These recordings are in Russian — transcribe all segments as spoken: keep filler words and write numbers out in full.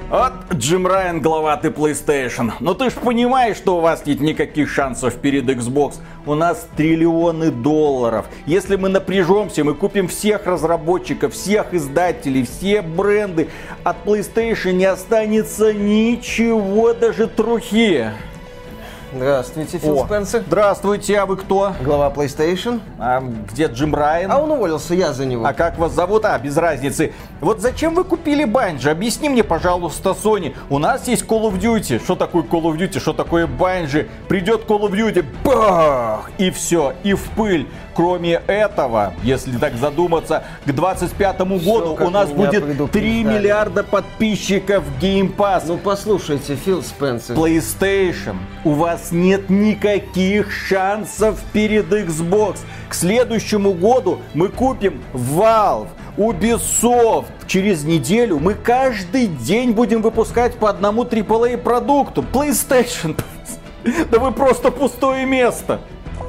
Вот, Джим Райан, глава ты PlayStation. Но ты ж понимаешь, что у вас нет никаких шансов перед Xbox. У нас триллионы долларов. Если мы напряжемся, мы купим всех разработчиков, всех издателей, все бренды. От PlayStation не останется ничего, даже трухи. Здравствуйте, Фил О, Спенсер. Здравствуйте, а вы кто? Глава PlayStation. А где Джим Райан? А он уволился, я за него. А как вас зовут? А, без разницы. Вот зачем вы купили Bungie? Объясни мне, пожалуйста, Sony. У нас есть Call of Duty. Что такое Call of Duty? Что такое Bungie? Придет Call of Duty, бах! И все, и в пыль. Кроме этого, если так задуматься, к двадцать пятому году Всё, у нас будет три предупреждали. миллиарда подписчиков в Game Pass. Ну послушайте, Фил Спенсер. PlayStation, у вас нет никаких шансов перед Xbox. К следующему году мы купим Valve, Ubisoft. Через неделю мы каждый день будем выпускать по одному трипл эй продукту. PlayStation, да вы просто пустое место.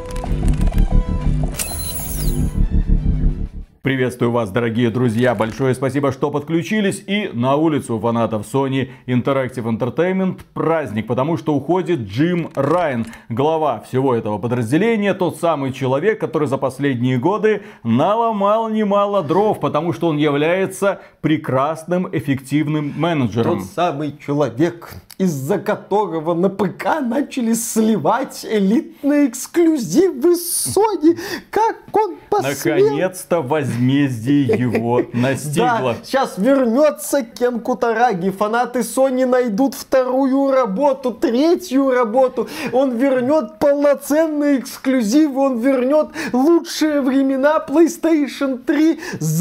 Приветствую вас, дорогие друзья. Большое спасибо, что подключились. И на улицу фанатов Sony Interactive Entertainment праздник, потому что уходит Джим Райан, глава всего этого подразделения, тот самый человек, который за последние годы наломал немало дров, потому что он является прекрасным, эффективным менеджером. Тот самый человек, из-за которого на ПК начали сливать элитные эксклюзивы Sony. Как он посмел? Наконец-то возмездие его настигло. Да, сейчас вернется Кен Кутараги. Фанаты Sony найдут вторую работу, третью работу. Он вернет полноценные эксклюзивы. Он вернет лучшие времена PlayStation три.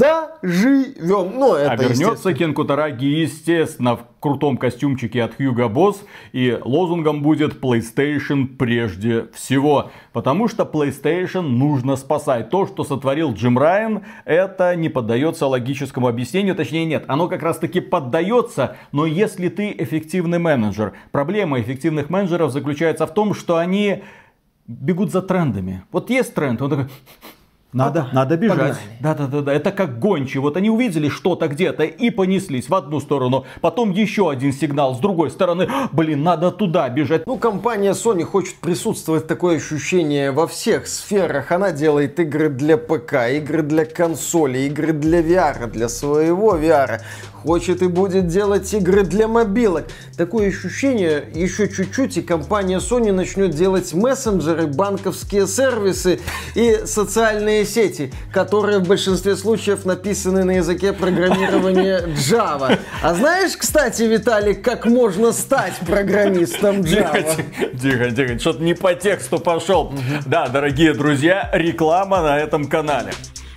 Заживем. Ну, это а вернется Кен Кутараги, естественно, в крутом костюмчике от Hugo Boss. И лозунгом будет PlayStation прежде всего. Потому что PlayStation нужно спасать. То, что сотворил Джим Райан, это не поддается логическому объяснению. Точнее, нет, оно как раз таки поддается. Но если ты эффективный менеджер. Проблема эффективных менеджеров заключается в том, что они бегут за трендами. Вот есть тренд, он такой... Надо, Опа, надо бежать. Да-да-да, это как гончие. Вот они увидели что-то где-то и понеслись в одну сторону. Потом еще один сигнал с другой стороны. Блин, надо туда бежать. Ну, компания Sony хочет присутствовать, такое ощущение, во всех сферах. Она делает игры для ПК, игры для консоли, игры для ви ар, для своего ви ар. Хочет и будет делать игры для мобилок. Такое ощущение, еще чуть-чуть, и компания Sony начнет делать мессенджеры, банковские сервисы и социальные сети, которые в большинстве случаев написаны на языке программирования Java. А знаешь, кстати, Виталик, как можно стать программистом Java? Тихо, тихо, что-то не по тексту пошел. Угу. Да, дорогие друзья, реклама на этом канале.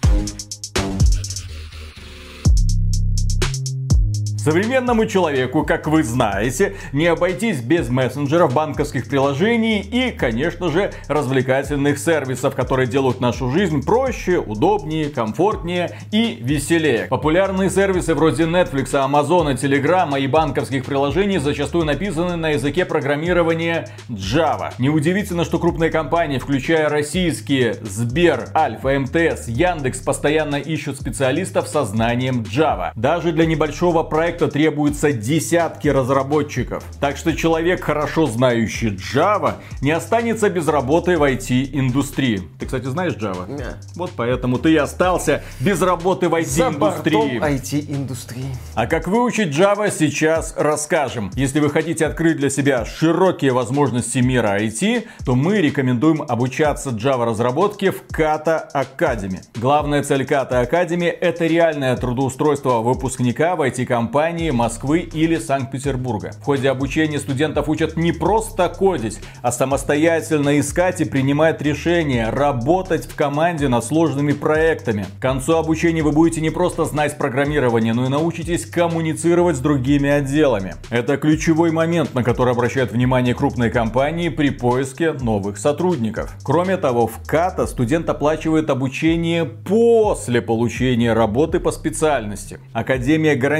Современному человеку, как вы знаете, не обойтись без мессенджеров, банковских приложений и, конечно же, развлекательных сервисов, которые делают нашу жизнь проще, удобнее, комфортнее и веселее. Популярные сервисы вроде Netflix, Amazon, Telegram и банковских приложений зачастую написаны на языке программирования Java. Неудивительно, что крупные компании, включая российские Сбер, Альфа, МТС, Яндекс, постоянно ищут специалистов со знанием Java. Даже для небольшого проекта требуются десятки разработчиков. Так что человек, хорошо знающий Java, не останется без работы в ай ти-индустрии. Ты, кстати, знаешь Java? Нет. Вот поэтому ты и остался без работы в ай ти-индустрии. За ай ти-индустрии. А как выучить Java, сейчас расскажем. Если вы хотите открыть для себя широкие возможности мира ай ти, то мы рекомендуем обучаться Java разработке в Kata Academy. Главная цель Kata Academy — это реальное трудоустройство выпускника в ай ти-компании Москвы или Санкт-Петербурга. В ходе обучения студентов учат не просто кодить, а самостоятельно искать и принимать решения, работать в команде над сложными проектами. К концу обучения вы будете не просто знать программирование, но и научитесь коммуницировать с другими отделами. Это ключевой момент, на который обращают внимание крупные компании при поиске новых сотрудников. Кроме того, в Kata студент оплачивает обучение после получения работы по специальности. Академия гарантирует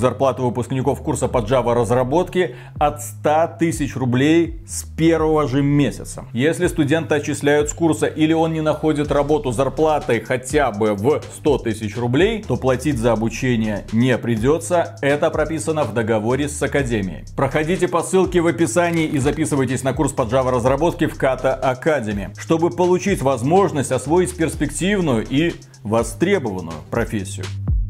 зарплаты выпускников курса по Java разработке от ста тысяч рублей с первого же месяца. Если студента отчисляют с курса или он не находит работу с зарплатой хотя бы в сто тысяч рублей, то платить за обучение не придется. Это прописано в договоре с академией. Проходите по ссылке в описании и записывайтесь на курс по Java разработке в Kata Academy, чтобы получить возможность освоить перспективную и востребованную профессию.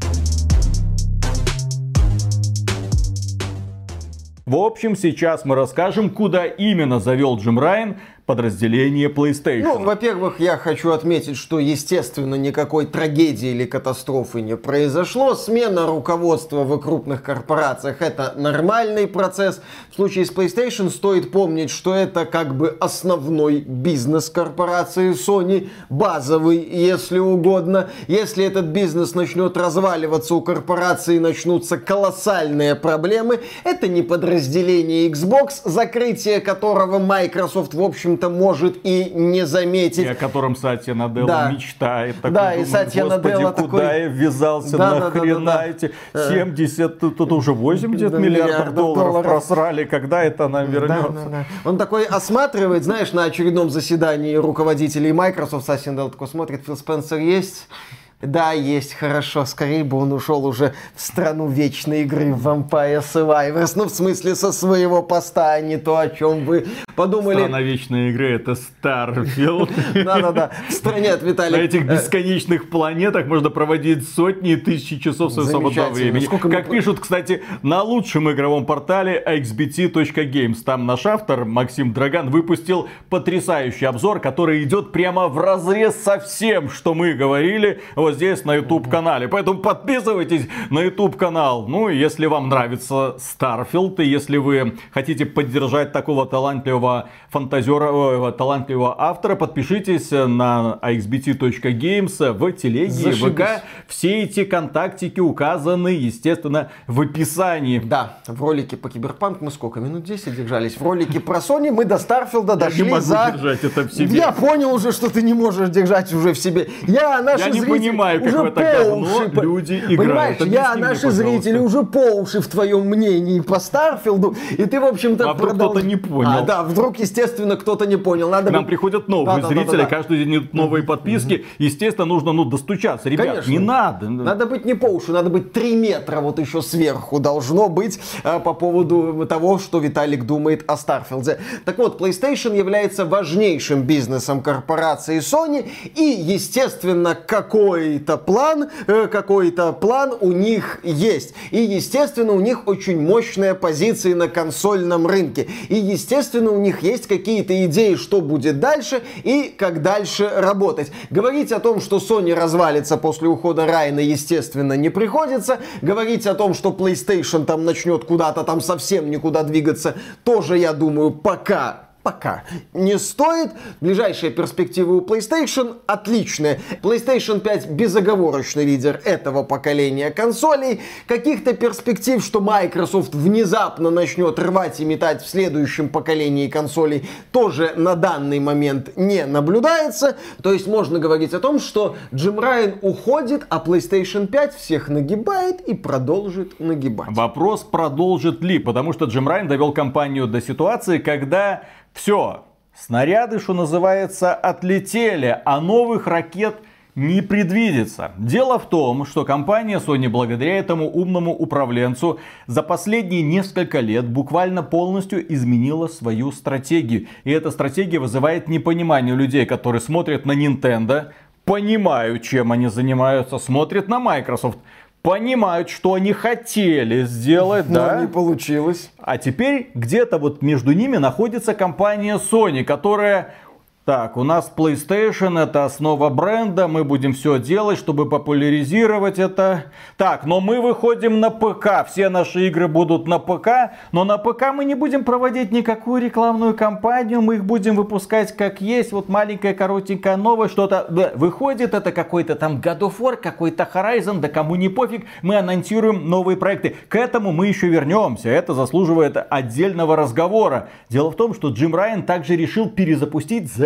В общем, сейчас мы расскажем, куда именно завел Джим Райан подразделение PlayStation. Ну, во-первых, я хочу отметить, что, естественно, никакой трагедии или катастрофы не произошло. Смена руководства в крупных корпорациях — это нормальный процесс. В случае с PlayStation стоит помнить, что это как бы основной бизнес корпорации Sony, базовый, если угодно. Если этот бизнес начнет разваливаться, у корпорации начнутся колоссальные проблемы. Это не подразделение Xbox, закрытие которого Microsoft, в общем, может и не заметить. И о котором Сатья Наделла да. мечтает. Так да, думает, и Сатья Наделла такой... куда я ввязался, да, нахрена да, да, да, эти семьдесят, тут уже восемьдесят да, миллиардов, миллиардов долларов, долларов просрали, когда это она вернется. Да, да, да. Он такой осматривает, знаешь, на очередном заседании руководителей Microsoft, Сатья Наделла такой смотрит, Фил Спенсер есть? Да, есть, хорошо. Скорее бы он ушел уже в страну вечной игры в Vampire Survivors. Ну, в смысле, со своего поста, а не то, о чем вы подумали. Страна вечной игры — это Starfield. Да-да-да. В стране от Виталия. На этих бесконечных планетах можно проводить сотни и тысячи часов своего свободного времени. Как пишут, кстати, на лучшем игровом портале икс би ти точка геймс. Там наш автор Максим Драган выпустил потрясающий обзор, который идет прямо вразрез со всем, что мы говорили вот здесь на YouTube-канале. Поэтому подписывайтесь на YouTube-канал. Ну, если вам нравится Starfield, и если вы хотите поддержать такого талантливого фантазера, талантливого автора, подпишитесь на икс би ти точка геймс в телеге, в ВК. Все эти контактики указаны, естественно, в описании. Да, в ролике по Киберпанк мы сколько? Минут десять держались. В ролике про Sony мы до Старфилда дошли Я не могу за... держать это в себе. Я понял уже, что ты не можешь держать уже в себе. Я, наши Я не зрители... понимаю, как уже в это говно по... люди играют. Понимаешь, Объясни я, мне, наши пожалуйста. зрители уже по уши в твоем мнении по Старфилду, и ты, в общем-то, а вдруг продал... кто-то не понял. А, да, вдруг, естественно, кто-то не понял. Надо К нам быть... приходят новые да, зрители, да, да, да. каждый день идут новые подписки. Mm-hmm. Естественно, нужно ну, достучаться. Ребят, Конечно. не надо. Надо быть не по уши, надо быть три метра вот еще сверху должно быть э, по поводу того, что Виталик думает о Старфилде. Так вот, PlayStation является важнейшим бизнесом корпорации Sony, и, естественно, какой-то план, э, какой-то план у них есть. И, естественно, у них очень мощные позиции на консольном рынке. И, естественно, у них есть какие-то идеи, что будет дальше и как дальше работать. Говорить о том, что Sony развалится после ухода Райана, естественно, не приходится. Говорить о том, что PlayStation там начнет куда-то там совсем никуда двигаться, тоже, я думаю, пока... Пока не стоит. Ближайшие перспективы у PlayStation отличные. PlayStation пять безоговорочный лидер этого поколения консолей. Каких-то перспектив, что Microsoft внезапно начнет рвать и метать в следующем поколении консолей, тоже на данный момент не наблюдается. То есть можно говорить о том, что Джим Райан уходит, а PlayStation пять всех нагибает и продолжит нагибать. Вопрос, продолжит ли, потому что Джим Райан довел компанию до ситуации, когда все, снаряды, что называется, отлетели, а новых ракет не предвидится. Дело в том, что компания Sony благодаря этому умному управленцу за последние несколько лет буквально полностью изменила свою стратегию. И эта стратегия вызывает непонимание у людей, которые смотрят на Nintendo, понимают, чем они занимаются, смотрят на Microsoft, понимают, что они хотели сделать, но да? не получилось. А теперь где-то вот между ними находится компания Sony, которая... Так, у нас PlayStation, это основа бренда, мы будем все делать, чтобы популяризировать это. Так, но мы выходим на ПК, все наши игры будут на ПК, но на ПК мы не будем проводить никакую рекламную кампанию, мы их будем выпускать как есть, вот маленькая коротенькая новая, что-то выходит, это какой-то там God of War, какой-то Horizon, да кому не пофиг, мы анонсируем новые проекты. К этому мы еще вернемся, это заслуживает отдельного разговора. Дело в том, что Джим Райан также решил перезапустить The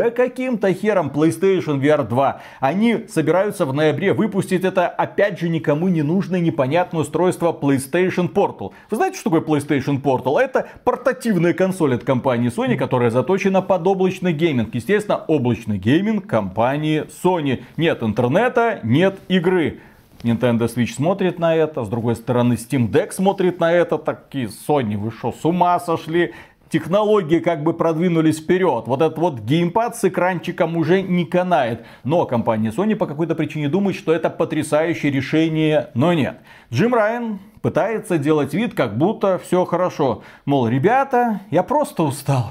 Да каким-то хером PlayStation ви ар два. Они собираются в ноябре выпустить это, опять же, никому не нужное непонятное устройство PlayStation Portal. Вы знаете, что такое PlayStation Portal? Это портативная консоль от компании Sony, которая заточена под облачный гейминг. Естественно, облачный гейминг компании Sony. Нет интернета, нет игры. Nintendo Switch смотрит на это, с другой стороны Steam Deck смотрит на это, такие: Sony, вы что, с ума сошли? Технологии как бы продвинулись вперед. Вот этот вот геймпад с экранчиком уже не канает. Но компания Sony по какой-то причине думает, что это потрясающее решение, но нет. Джим Райан пытается делать вид, как будто все хорошо. Мол, ребята, я просто устал.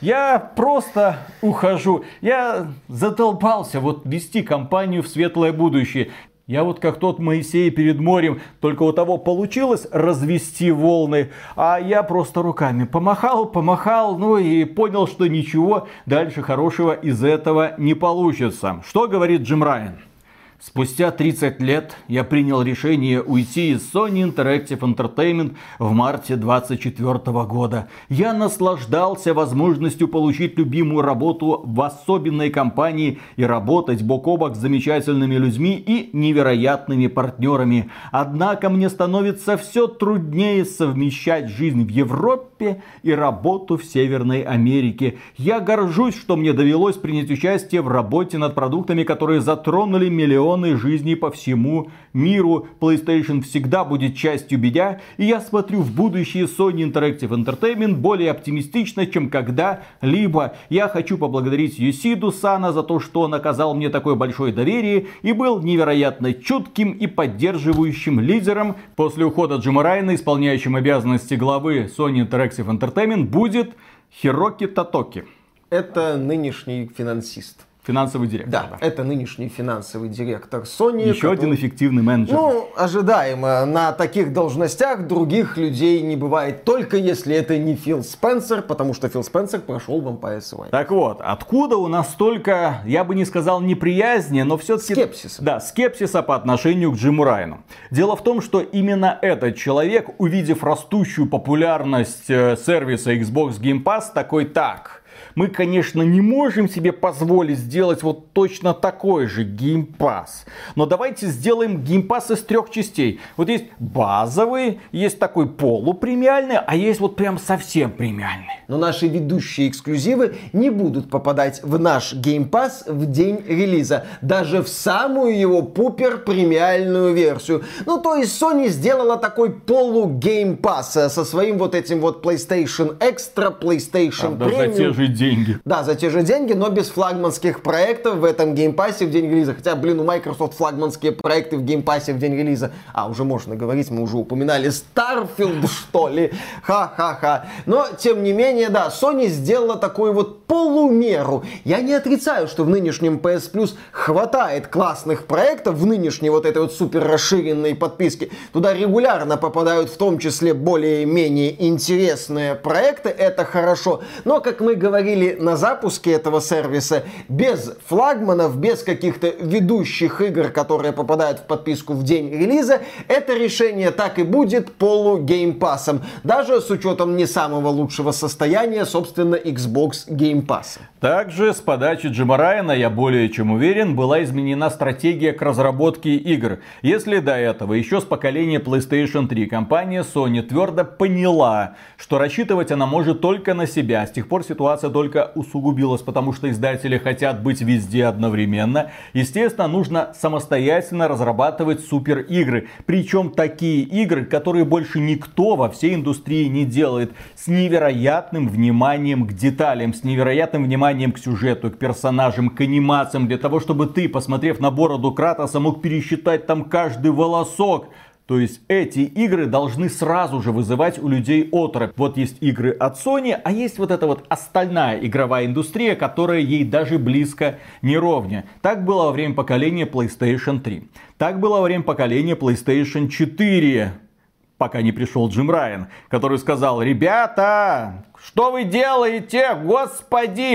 Я просто ухожу. Я задолбался вот вести компанию в светлое будущее. Я вот как тот Моисей перед морем, только у того получилось развести волны, а я просто руками помахал, помахал, ну и понял, что ничего дальше хорошего из этого не получится. Что говорит Джим Райан? Спустя тридцать лет я принял решение уйти из Sony Interactive Entertainment в марте двадцать четвёртого года. Я наслаждался возможностью получить любимую работу в особенной компании и работать бок о бок с замечательными людьми и невероятными партнерами. Однако мне становится все труднее совмещать жизнь в Европе и работу в Северной Америке. Я горжусь, что мне довелось принять участие в работе над продуктами, которые затронули миллионы жизней по всему миру. PlayStation всегда будет частью меня, и я смотрю в будущее Sony Interactive Entertainment более оптимистично, чем когда-либо. Я хочу поблагодарить Йосиду Сана за то, что он оказал мне такое большое доверие и был невероятно чутким и поддерживающим лидером. После ухода Джима Райана, исполняющим обязанности главы Sony Interactive Entertainment, будет Хироки Тотоки. Это нынешний финансист. Финансовый директор. Да, да, это нынешний финансовый директор Sony. Еще который... один эффективный менеджер. Ну, ожидаемо. На таких должностях других людей не бывает. Только если это не Фил Спенсер, потому что Фил Спенсер прошел в Empire Survivor. Так вот, откуда у нас столько, я бы не сказал неприязни, но все-таки... Скепсиса. Да, скепсиса по отношению к Джиму Райану. Дело в том, что именно этот человек, увидев растущую популярность сервиса Xbox Game Pass, такой: так... Мы, конечно, не можем себе позволить сделать вот точно такой же Game Pass. Но давайте сделаем Game Pass из трех частей. Вот есть базовый, есть такой полупремиальный, а есть вот прям совсем премиальный. Но наши ведущие эксклюзивы не будут попадать в наш Game Pass в день релиза. Даже в самую его пупер премиальную версию. Ну, то есть Sony сделала такой полу Game Pass со своим вот этим вот PlayStation Extra, PlayStation Правда, Premium. За те же деньги. Да, за те же деньги, но без флагманских проектов в этом геймпассе в день релиза. Хотя, блин, у Microsoft флагманские проекты в геймпассе в день релиза. А, уже можно говорить, мы уже упоминали Starfield, что ли. Ха-ха-ха. Но, тем не менее, да, Sony сделала такую вот полумеру. Я не отрицаю, что в нынешнем пи эс Plus хватает классных проектов, в нынешней вот этой вот супер расширенной подписке. Туда регулярно попадают в том числе более-менее интересные проекты. Это хорошо. Но, как мы говорили на запуске этого сервиса, без флагманов, без каких-то ведущих игр, которые попадают в подписку в день релиза, это решение так и будет полу-геймпассом. Даже с учетом не самого лучшего состояния, собственно, Xbox Game Pass. Также с подачи Джима Райана, я более чем уверен, была изменена стратегия к разработке игр. Если до этого, еще с поколения PlayStation три, компания Sony твердо поняла, что рассчитывать она может только на себя. С тех пор ситуация только усугубилась, потому что издатели хотят быть везде одновременно. Естественно, нужно самостоятельно разрабатывать супер игры. Причем такие игры, которые больше никто во всей индустрии не делает. С невероятным вниманием к деталям, с невероятным вниманием к сюжету, к персонажам, к анимациям. Для того, чтобы ты, посмотрев на бороду Кратоса, мог пересчитать там каждый волосок. То есть эти игры должны сразу же вызывать у людей оторопь. Вот есть игры от Sony, а есть вот эта вот остальная игровая индустрия, которая ей даже близко не ровня. Так было во время поколения PlayStation три. Так было во время поколения PlayStation четыре. Пока не пришел Джим Райан, который сказал: ребята, что вы делаете, господи?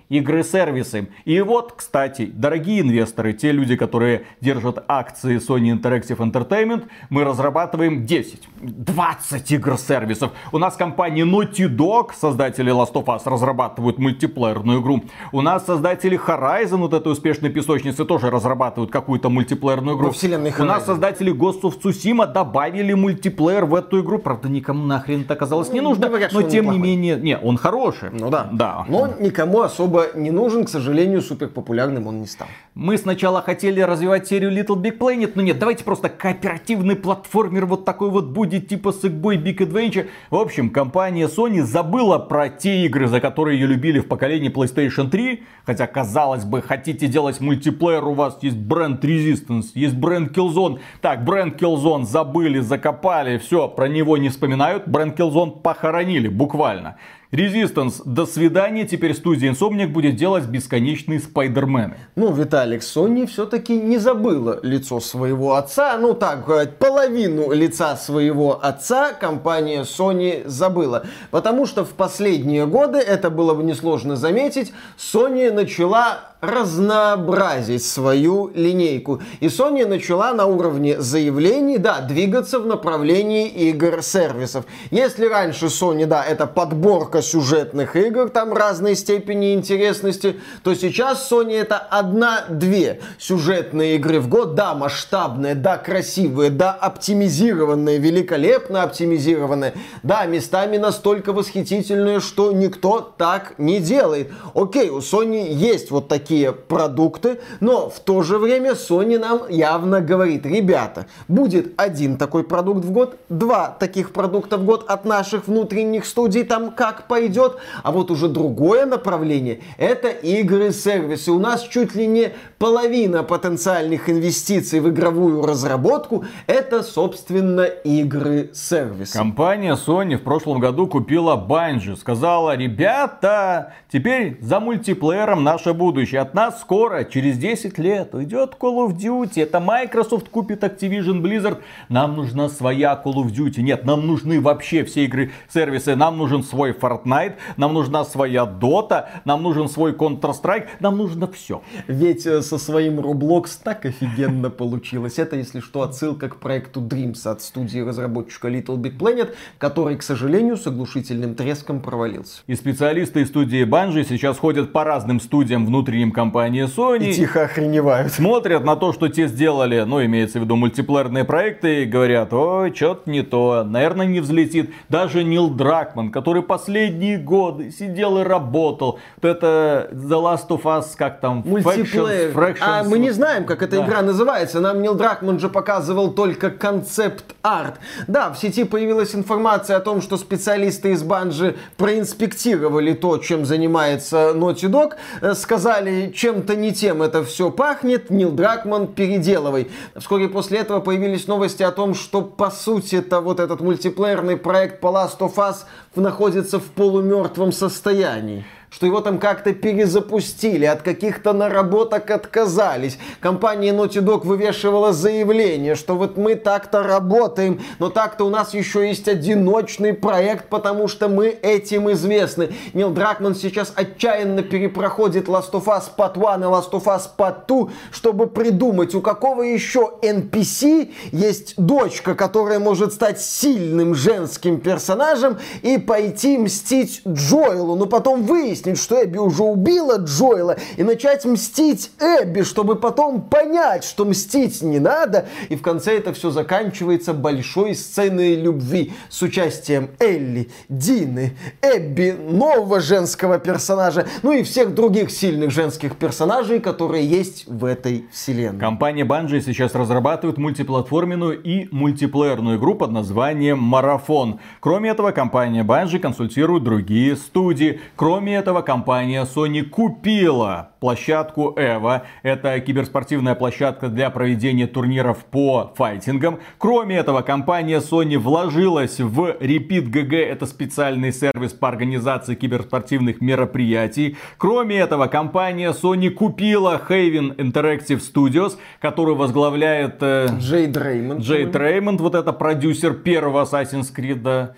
игры-сервисы. И вот, кстати, дорогие инвесторы, те люди, которые держат акции Sony Interactive Entertainment, мы разрабатываем десять, двадцать игр-сервисов. У нас компания Naughty Dog, создатели Last of Us, разрабатывают мультиплеерную игру. У нас создатели Horizon, вот этой успешной песочницы, тоже разрабатывают какую-то мультиплеерную игру. У нас создатели Ghost of Tsushima добавили мультиплеер в эту игру. Правда, никому нахрен это оказалось не нужно. Говорят, но тем неплохой. не менее, не, он хороший. Ну да. да. Но никому особо не нужен, к сожалению, супер популярным он не стал. Мы сначала хотели развивать серию Little Big Planet, но нет, давайте просто кооперативный платформер вот такой вот будет, типа Sackboy Big Adventure. В общем, компания Sony забыла про те игры, за которые ее любили в поколении PlayStation три. Хотя, казалось бы, хотите делать мультиплеер, у вас есть бренд Resistance, есть бренд Killzone. Так, бренд Killzone забыли, закопали, все, про него не вспоминают. Бренд Killzone похоронили, буквально. Resistance, до свидания, теперь студия Insomniac будет делать бесконечные Спайдермены. Ну, Виталик, Sony все-таки не забыла лицо своего отца. Ну, так, половину лица своего отца компания Sony забыла. Потому что в последние годы, это было бы несложно заметить, Sony начала разнообразить свою линейку. И Sony начала на уровне заявлений, да, двигаться в направлении игр-сервисов. Если раньше Sony, да, это подборка сюжетных игр, там разной степени интересности, то сейчас Sony это одна-две сюжетные игры в год, да, масштабные, да, красивые, да, оптимизированные, великолепно оптимизированные, да, местами настолько восхитительные, что никто так не делает. Окей, у Sony есть вот такие продукты, но в то же время Sony нам явно говорит: ребята, будет один такой продукт в год, два таких продукта в год от наших внутренних студий, там как пойдет, а вот уже другое направление — это игры-сервисы. У нас чуть ли не половина потенциальных инвестиций в игровую разработку — это, собственно, игры-сервисы. Компания Sony в прошлом году купила Bungie, сказала: ребята, теперь за мультиплеером наше будущее. От нас скоро, через десять лет, уйдет Call of Duty. Это Microsoft купит Activision Blizzard. Нам нужна своя Call of Duty. Нет, нам нужны вообще все игры-сервисы. Нам нужен свой Fortnite, нам нужна своя Dota, нам нужен свой Counter-Strike, нам нужно все. Ведь со своим Roblox так офигенно получилось. Это, если что, отсылка к проекту Dreams от студии разработчика Little Big Planet, который, к сожалению, с оглушительным треском провалился. И специалисты из студии Bungie сейчас ходят по разным студиям внутренним компании Sony. И тихо охреневают. Смотрят на то, что те сделали, ну, имеется в виду мультиплеерные проекты, и говорят: ой, что-то не то, наверное, не взлетит. Даже Нил Дракман, который последние годы сидел и работал. Вот это The Last of Us, как там? Мультиплеер. Fractions, а мы не знаем, как эта да. игра называется. Нам Нил Дракман же показывал только концепт-арт. Да, в сети появилась информация о том, что специалисты из Bungie проинспектировали то, чем занимается Naughty Dog. Сказали, чем-то не тем это все пахнет. Нил Дракман, переделывай. Вскоре после этого появились новости о том, что по сути это вот этот мультиплеерный проект по Last of Us находится в полумертвом состоянии. Что его там как-то перезапустили, от каких-то наработок отказались. Компания Naughty Dog вывешивала заявление, что вот мы так-то работаем, но так-то у нас еще есть одиночный проект, потому что мы этим известны. Нил Дракман сейчас отчаянно перепроходит Last of Us Part один и Last of Us Part два, чтобы придумать, у какого еще эн пи си есть дочка, которая может стать сильным женским персонажем и пойти мстить Джоэлу, но потом выяснить, что Эбби уже убила Джоэла, и начать мстить Эбби, чтобы потом понять, что мстить не надо. И в конце это все заканчивается большой сценой любви с участием Элли, Дины, Эбби, нового женского персонажа, ну и всех других сильных женских персонажей, которые есть в этой вселенной. Компания Bungie сейчас разрабатывает мультиплатформенную и мультиплеерную игру под названием Марафон. Кроме этого, компания Bungie консультирует другие студии. Кроме этого, компания Sony купила площадку Evo. Это киберспортивная площадка для проведения турниров по файтингам. Кроме этого, компания Sony вложилась в Repeat джи джи. Это специальный сервис по организации киберспортивных мероприятий. Кроме этого, компания Sony купила Haven Interactive Studios, которую возглавляет э, Джей Дреймонд. Джей Дреймонд, вот это продюсер первого Assassin's Creed.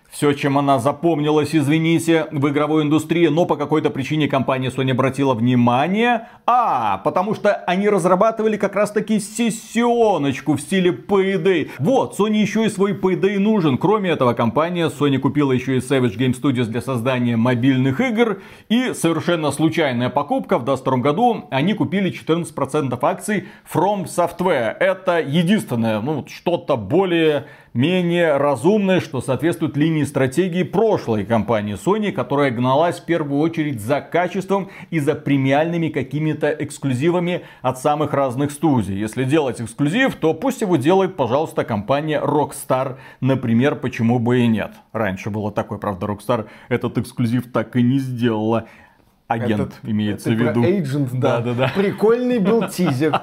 все, чем она запомнилась, извините, в игровой индустрии, но по какой-то причине компания Sony обратила внимание. А, потому что они разрабатывали как раз таки сессионочку в стиле Payday. Вот, Sony еще и свой Payday нужен. Кроме этого, компания Sony купила еще и Savage Game Studios для создания мобильных игр. И совершенно случайная покупка. В две тысячи втором году они купили четырнадцать процентов акций From Software. Это единственное, ну, что-то более... менее разумное, что соответствует линии стратегии прошлой компании Sony, которая гналась в первую очередь за качеством и за премиальными какими-то эксклюзивами от самых разных студий. Если делать эксклюзив, то пусть его делает, пожалуйста, компания Rockstar, например, почему бы и нет. Раньше было такое, правда, Rockstar этот эксклюзив так и не сделала. Агент Этот, имеется это в виду. Agent, да. Да, да, да. Прикольный был тизер.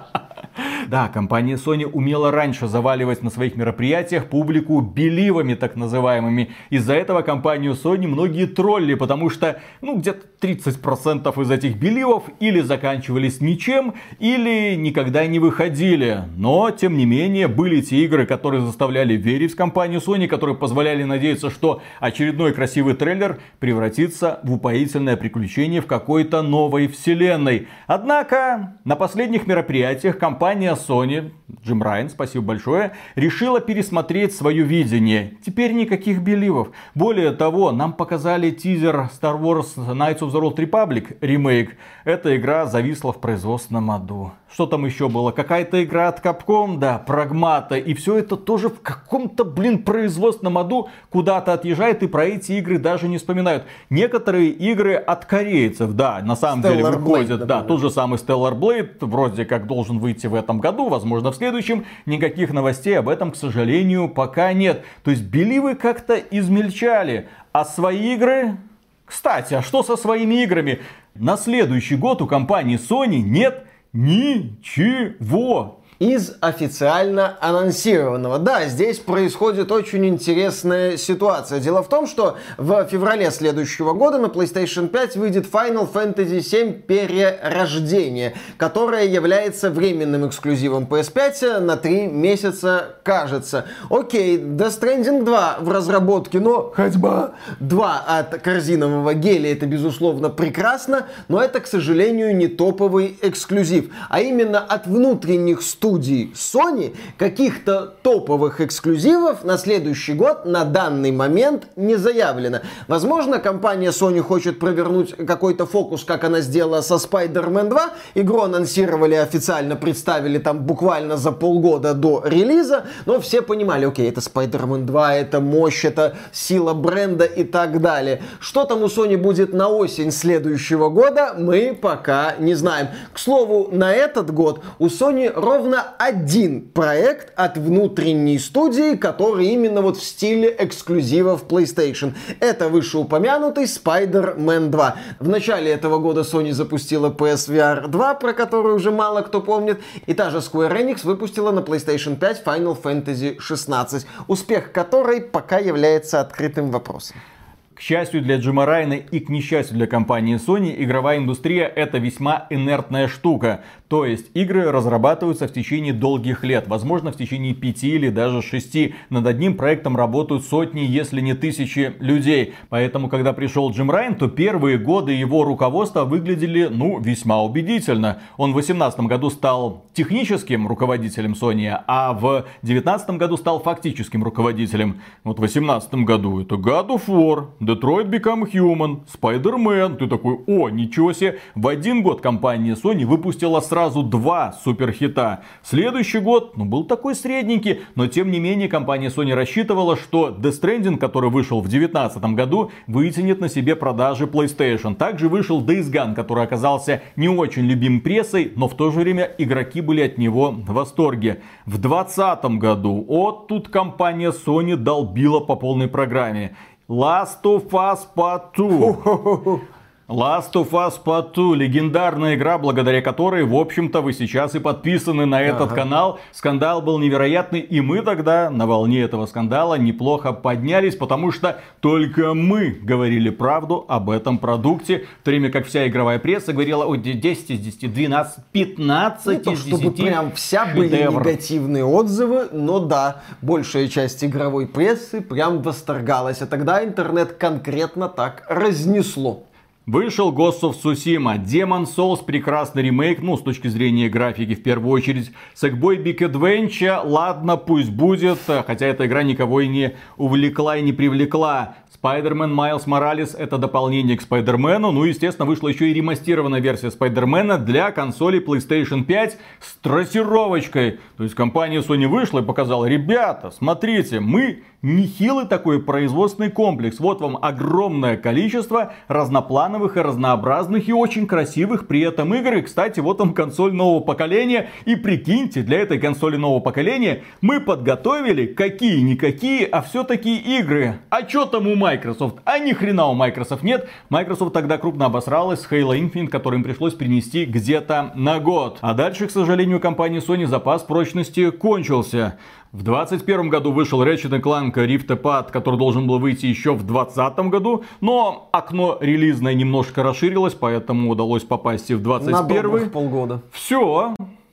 Да, компания Sony умела раньше заваливать на своих мероприятиях публику беливами так называемыми. Из-за этого компанию Sony многие тролли, потому что, ну, где-то тридцать процентов из этих беливов или заканчивались ничем, или никогда не выходили. Но, тем не менее, были те игры, которые заставляли верить в компанию Sony, которые позволяли надеяться, что очередной красивый трейлер превратится в упоительное приключение в какой-то новой вселенной. Однако, на последних мероприятиях компания Sony, Джим Райан, спасибо большое, решила пересмотреть свое видение. Теперь никаких беливов. Более того, нам показали тизер Star Wars Knights of the Old Republic ремейк. Эта игра зависла в производственном аду. Что там еще было? Какая-то игра от Capcom, да, Прагмата. И все это тоже в каком-то, блин, производственном аду куда-то отъезжает, и про эти игры даже не вспоминают. Некоторые игры от корейцев, да, на самом Stellar деле выходят. Blade, да, тот же самый Stellar Blade, вроде как должен выйти в этом году, возможно в следующем. Никаких новостей об этом, к сожалению, пока нет. То есть беливы как-то измельчали. А свои игры... Кстати, а что со своими играми? На следующий год у компании Sony нет ничего. Из официально анонсированного. Да, здесь происходит очень интересная ситуация. Дело в том, что в феврале следующего года на PlayStation пять выйдет Final Fantasy семь Перерождение, которое является временным эксклюзивом пи эс пять на три месяца, кажется. Окей, Death Stranding два в разработке, но ходьба два от корзинового геля, это безусловно прекрасно, но это, к сожалению, не топовый эксклюзив, а именно от внутренних студий студии Sony каких-то топовых эксклюзивов на следующий год на данный момент не заявлено. Возможно, компания Sony хочет провернуть какой-то фокус, как она сделала со Spider-Man два. Игру анонсировали официально, представили там буквально за полгода до релиза, но все понимали, окей, это Spider-Man два, это мощь, это сила бренда и так далее. Что там у Sony будет на осень следующего года, мы пока не знаем. К слову, на этот год у Sony ровно один проект от внутренней студии, который именно вот в стиле эксклюзивов PlayStation. Это вышеупомянутый Spider-Man два. В начале этого года Sony запустила пи эс ви ар два, про которую уже мало кто помнит, и та же Square Enix выпустила на PlayStation пять Final Fantasy шестнадцать, успех которой пока является открытым вопросом. К счастью для Джима Райана и к несчастью для компании Sony, игровая индустрия это весьма инертная штука. То есть игры разрабатываются в течение долгих лет, возможно в течение пяти или даже шести. Над одним проектом работают сотни, если не тысячи людей. Поэтому, когда пришел Джим Райан, то первые годы его руководства выглядели, ну, весьма убедительно. Он в две тысячи восемнадцатом году стал техническим руководителем Sony, а в две тысячи девятнадцатом году стал фактическим руководителем. Вот в две тысячи восемнадцатом году это God of War, Detroit Become Human, Spider-Man. Ты такой, о, ничего себе. В один год компания Sony выпустила сразу два суперхита. Следующий год, ну, был такой средненький, но тем не менее компания Sony рассчитывала, что Death Stranding, который вышел в две тысячи девятнадцатом году, вытянет на себе продажи PlayStation. Также вышел Days Gone, который оказался не очень любим прессой, но в то же время игроки были от него в восторге. В двадцатом году, вот тут компания Sony долбила по полной программе. Last of Us Part два. Last of Us Part два, легендарная игра, благодаря которой, в общем-то, вы сейчас и подписаны на этот ага. канал. Скандал был невероятный, и мы тогда на волне этого скандала неплохо поднялись, потому что только мы говорили правду об этом продукте, в то время как вся игровая пресса говорила: ой, десять из десяти, двенадцать, пятнадцать из десяти. Чтобы прям вся были шедевр. Негативные отзывы, но да, большая часть игровой прессы прям восторгалась, а тогда интернет конкретно так разнесло. Вышел Ghost of Tsushima, Demon's Souls, прекрасный ремейк, ну, с точки зрения графики в первую очередь. Sackboy Big Adventure, ладно, пусть будет, хотя эта игра никого и не увлекла и не привлекла. Spider-Man Miles Morales — это дополнение к Спайдермену. Ну, естественно, вышла еще и ремастированная версия Спайдермена для консолей PlayStation пять с трассировочкой. То есть компания Sony вышла и показала: ребята, смотрите, мы нехилый такой производственный комплекс. Вот вам огромное количество разноплановых и разнообразных и очень красивых при этом игр. И, кстати, вот вам консоль нового поколения. И прикиньте, для этой консоли нового поколения мы подготовили какие-никакие, а все-таки игры. А что там у Microsoft? А ни хрена у Microsoft нет. Microsoft тогда крупно обосралась с Halo Infinite, который им пришлось перенести где-то на год. А дальше, к сожалению, у компании Sony запас прочности кончился. В двадцать первом году вышел Ratchet энд Clank Rift Apart, который должен был выйти еще в двадцатом году, но окно релизное немножко расширилось, поэтому удалось попасть и в двадцать первый. На полгода. Все.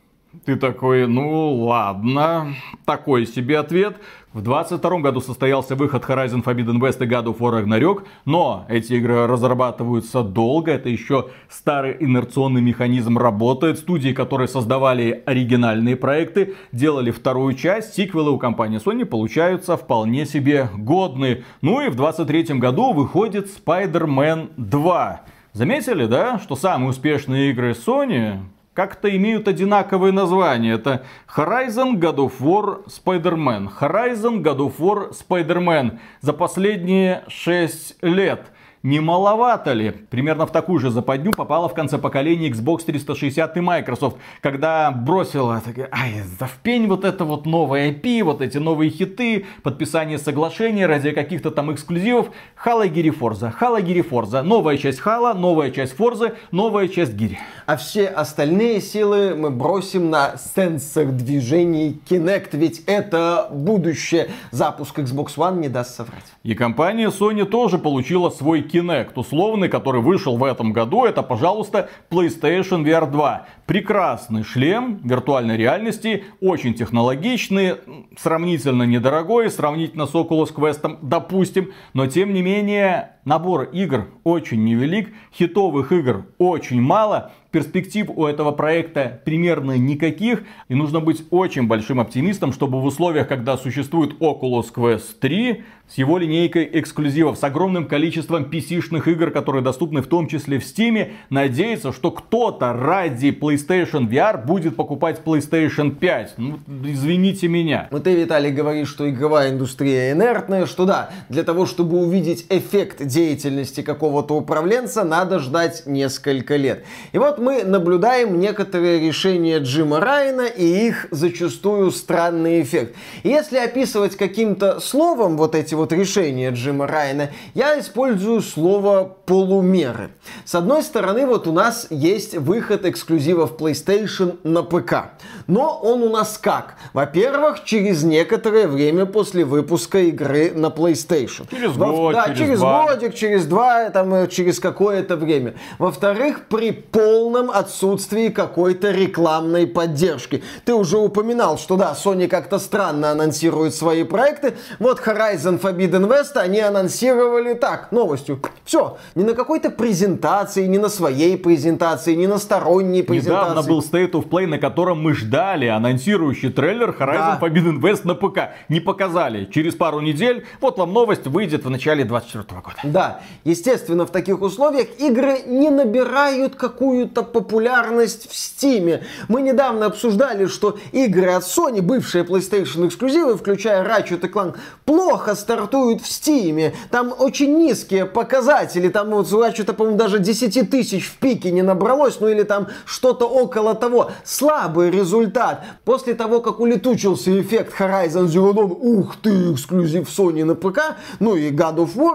Ты такой: ну ладно, такой себе ответ. В двадцать втором году состоялся выход Horizon Forbidden West и God of War Ragnarok, но эти игры разрабатываются долго, это еще старый инерционный механизм работает. Студии, которые создавали оригинальные проекты, делали вторую часть, сиквелы у компании Sony получаются вполне себе годные. Ну и в двадцать третьем году выходит Spider-Man два. Заметили, да, что самые успешные игры Sony как-то имеют одинаковые названия. Это Horizon, God of War, Spider-Man. Horizon, God of War, Spider-Man. За последние шесть лет. Не маловато ли? Примерно в такую же западню попала в конце поколения Xbox триста шестьдесят и Microsoft, когда бросила, такая: ай, да в пень вот это вот новое ай пи, вот эти новые хиты, подписание соглашений ради каких-то там эксклюзивов. Halo, Gears, Forza, Halo, Gears, Forza. Новая часть Halo, новая часть Forza, новая часть Gears. А все остальные силы мы бросим на сенсор движений Kinect, ведь это будущее. Запуск Xbox One не даст соврать. И компания Sony тоже получила свой Kinect условный, который вышел в этом году. Это, пожалуйста, PlayStation ви ар два. Прекрасный шлем виртуальной реальности, очень технологичный, сравнительно недорогой, сравнительно с Oculus Quest, допустим. Но, тем не менее, набор игр очень невелик, хитовых игр очень мало. Перспектив у этого проекта примерно никаких. И нужно быть очень большим оптимистом, чтобы в условиях, когда существует Oculus Quest три, с его линейкой эксклюзивов, с огромным количеством пи си-шных игр, которые доступны в том числе в Steam, надеяться, что кто-то ради PlayStation ви ар будет покупать PlayStation пять. Ну, извините меня. Ну ты, Виталий, говоришь, что игровая индустрия инертная, что да, для того, чтобы увидеть эффект деятельности какого-то управленца, надо ждать несколько лет. И вот мы наблюдаем некоторые решения Джима Райана и их зачастую странный эффект. И если описывать каким-то словом вот эти вот решения Джима Райана, я использую слово полумеры. С одной стороны, вот у нас есть выход эксклюзивов PlayStation на ПК. Но он у нас как? Во-первых, через некоторое время после выпуска игры на PlayStation. Через год, да, через, через два. годик, через два, там, через какое-то время. Во-вторых, при полном отсутствии какой-то рекламной поддержки. Ты уже упоминал, что да, Sony как-то странно анонсирует свои проекты. Вот Horizon Forbidden West они анонсировали так, новостью. Все, не на какой-то презентации, не на своей презентации, не на сторонней презентации. Недавно был State of Play, на котором мы ждали анонсирующий трейлер Horizon да. Forbidden West на ПК. Не показали. Через пару недель, вот вам новость, выйдет в начале двадцать четвёртого года. Да, естественно, в таких условиях игры не набирают какую-то популярность в Steam. Мы недавно обсуждали, что игры от Sony, бывшие PlayStation эксклюзивы, включая Ratchet и Clank, плохо стартуют в Steam. Там очень низкие показатели. Там вот у Ratchet, по-моему, даже десять тысяч в пике не набралось, ну или там что-то около того. Слабый результат. После того, как улетучился эффект Horizon Zero Dawn, ух ты, эксклюзив Sony на ПК, ну и God of War,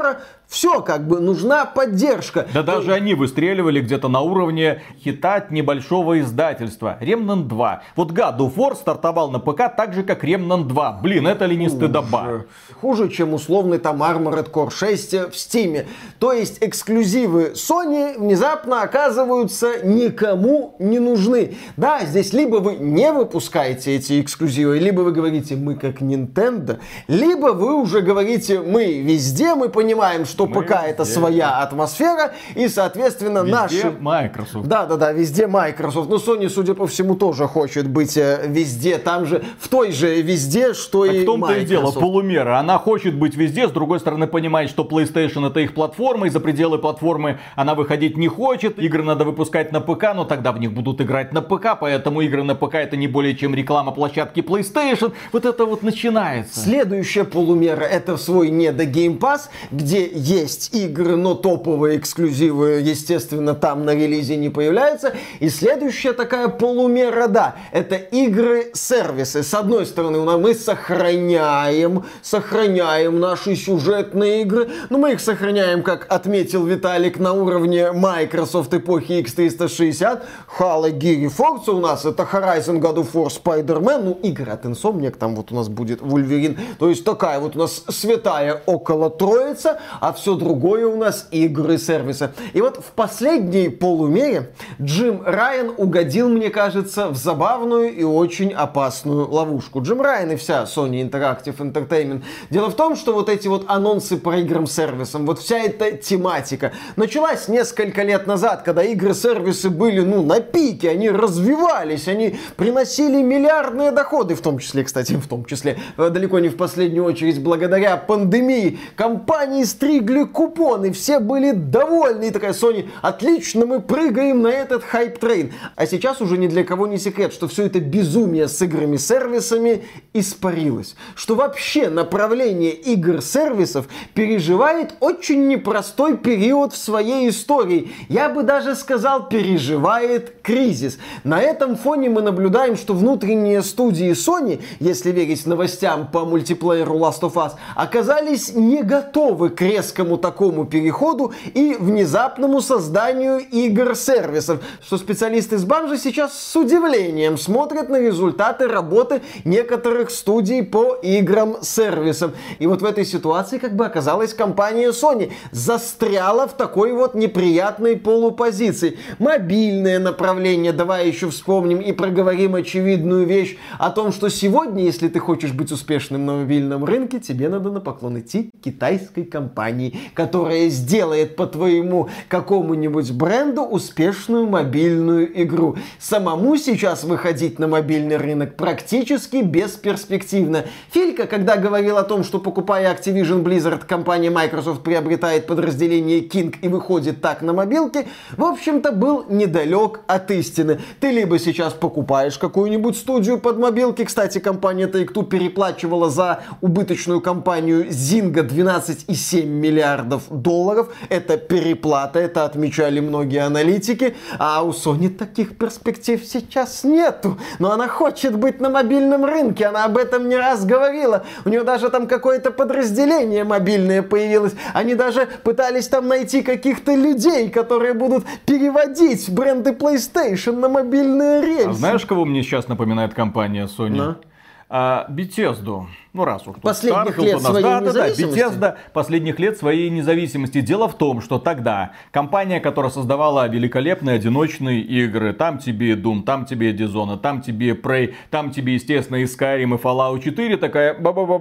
Все, как бы, нужна поддержка. Да даже они выстреливали где-то на уровне хита от небольшого издательства. Remnant два. Вот God of War стартовал на ПК так же, как Remnant два. Блин, это ли не стыдоба? Хуже, чем условный там Armored Core шесть в Steam. То есть эксклюзивы Sony внезапно оказываются никому не нужны. Да, здесь либо вы не выпускаете эти эксклюзивы, либо вы говорите, мы как Nintendo, либо вы уже говорите, мы везде, мы понимаем, что что мы ПК везде. Это своя атмосфера, и, соответственно, везде наши... Microsoft. Да-да-да, везде Microsoft. Но Sony, судя по всему, тоже хочет быть везде, там же, в той же везде, что так и в том-то Microsoft. И дело, полумера. Она хочет быть везде, с другой стороны, понимает, что PlayStation это их платформа, и за пределы платформы она выходить не хочет. Игры надо выпускать на ПК, но тогда в них будут играть на ПК, поэтому игры на ПК это не более чем реклама площадки PlayStation. Вот это вот начинается. Следующая полумера это свой недо Game Pass, где есть игры, но топовые эксклюзивы, естественно, там на релизе не появляются. И следующая такая полумера, да, это игры-сервисы. С одной стороны, мы сохраняем, сохраняем наши сюжетные игры, но мы их сохраняем, как отметил Виталик, на уровне Microsoft эпохи икс триста шестьдесят. Halo, Gears, Forza у нас это Horizon, God of War, Spider-Man, ну, игры от Insomniac, там вот у нас будет Wolverine. То есть такая вот у нас святая около троица, а все другое у нас игры сервиса. И вот в последней полумере Джим Райан угодил, мне кажется, в забавную и очень опасную ловушку. Джим Райан и вся Sony Interactive Entertainment. Дело в том, что вот эти вот анонсы по играм-сервисам, вот вся эта тематика началась несколько лет назад, когда игры-сервисы были, ну, на пике, они развивались, они приносили миллиардные доходы, в том числе, кстати, в том числе, далеко не в последнюю очередь, благодаря пандемии. Компании стригли купоны, все были довольны. И такая Sony, отлично, мы прыгаем на этот хайп-трейн. А сейчас уже ни для кого не секрет, что все это безумие с играми-сервисами испарилось. Что вообще направление игр-сервисов переживает очень непростой период в своей истории. Я бы даже сказал, переживает кризис. На этом фоне мы наблюдаем, что внутренние студии Sony, если верить новостям по мультиплееру Last of Us, оказались не готовы к резкому такому переходу и внезапному созданию игр-сервисов, что специалисты из Bungie сейчас с удивлением смотрят на результаты работы некоторых студий по играм-сервисам. И вот в этой ситуации как бы оказалась компания Sony, застряла в такой вот неприятной полупозиции. Мобильное направление, давай еще вспомним и проговорим очевидную вещь о том, что сегодня, если ты хочешь быть успешным на мобильном рынке, тебе надо на поклон идти китайской компании, которая сделает по твоему какому-нибудь бренду успешную мобильную игру. Самому сейчас выходить на мобильный рынок практически бесперспективно. Филька, когда говорил о том, что покупая Activision Blizzard, компания Microsoft приобретает подразделение King и выходит так на мобилке, в общем-то был недалек от истины. Ты либо сейчас покупаешь какую-нибудь студию под мобилки, кстати, компания Take-Two переплачивала за убыточную компанию Zynga двенадцать целых семь десятых миллиардов долларов. Это переплата, это отмечали многие аналитики. А у Sony таких перспектив сейчас нету. Но она хочет быть на мобильном рынке, она об этом не раз говорила. У нее даже там какое-то подразделение мобильное появилось. Они даже пытались там найти каких-то людей, которые будут переводить бренды PlayStation на мобильные рельсы. А знаешь, кого мне сейчас напоминает компания Sony? No. А, Bethesda. Ну, раз уж последних Starfield лет у нас. своей Да, независимости. Да, да, Bethesda последних лет своей независимости. Дело в том, что тогда компания, которая создавала великолепные одиночные игры, там тебе Doom, там тебе Dishonored, там тебе Prey, там тебе, естественно, и Skyrim, и Fallout четыре, такая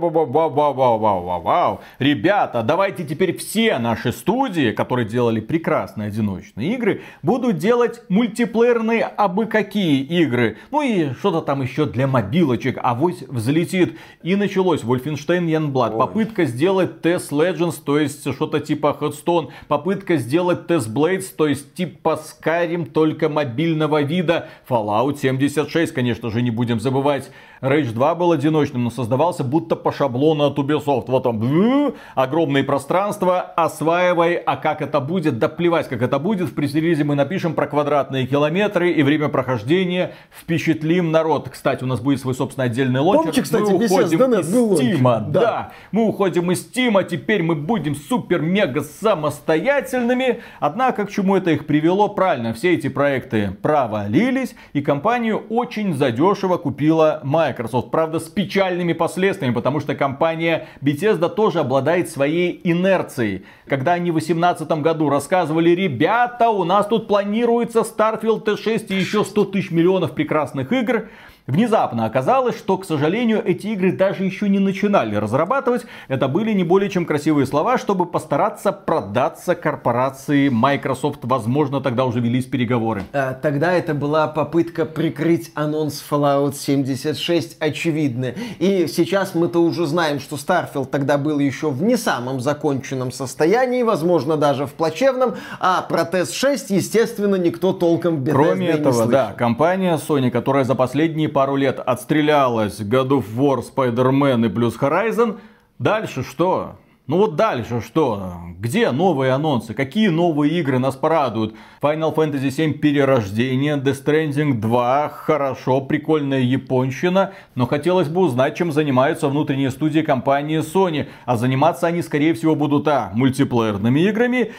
ба-ба-ба-ба-ба-ба-ба-ба-ба-ба. Ребята, давайте теперь все наши студии, которые делали прекрасные одиночные игры, будут делать мультиплеерные абы какие игры. Ну и что-то там еще для мобилочек. Авось взлетит. И началось Wolfenstein Youngblood. Ой. Попытка сделать Test Legends, то есть что-то типа Hearthstone. Попытка сделать Test Blades, то есть типа Skyrim, только мобильного вида. Fallout семьдесят шесть, конечно же, не будем забывать. Rage два был одиночным, но создавался будто по шаблону от Ubisoft. Вот там огромные пространства, осваивай, а как это будет? Да плевать, как это будет. В пресс-релизе мы напишем про квадратные километры и время прохождения, впечатлим народ. Кстати, у нас будет свой собственный отдельный лончер. Помните, кстати, мы уходим из Стима. Да. да, мы уходим из Стима, теперь мы будем супер-мега самостоятельными. Однако, к чему это их привело? Правильно, все эти проекты провалились, и компанию очень задешево купила Microsoft. Правда, с печальными последствиями, потому что компания Bethesda тоже обладает своей инерцией. Когда они в две тысячи восемнадцатом году рассказывали: ребята, у нас тут планируется Starfield ти шесть и еще сто тысяч миллионов прекрасных игр, внезапно оказалось, что, к сожалению, эти игры даже еще не начинали разрабатывать. Это были не более чем красивые слова, чтобы постараться продаться корпорации Microsoft. Возможно, тогда уже велись переговоры. А, тогда это была попытка прикрыть анонс Fallout семьдесят шесть, очевидно. И сейчас мы-то уже знаем, что Starfield тогда был еще в не самом законченном состоянии, возможно, даже в плачевном, а про ти эс шесть, естественно, никто толком в Bethesda Кроме не этого, слышал. да, компания Sony, которая за последние пару лет отстрелялась God of War, Spider-Man и плюс Horizon, дальше что? Ну вот дальше что? Где новые анонсы? Какие новые игры нас порадуют? Final Fantasy семь Перерождение, Death Stranding два, хорошо, прикольная японщина, но хотелось бы узнать, чем занимаются внутренние студии компании Sony. А заниматься они, скорее всего, будут а, мультиплеерными играми,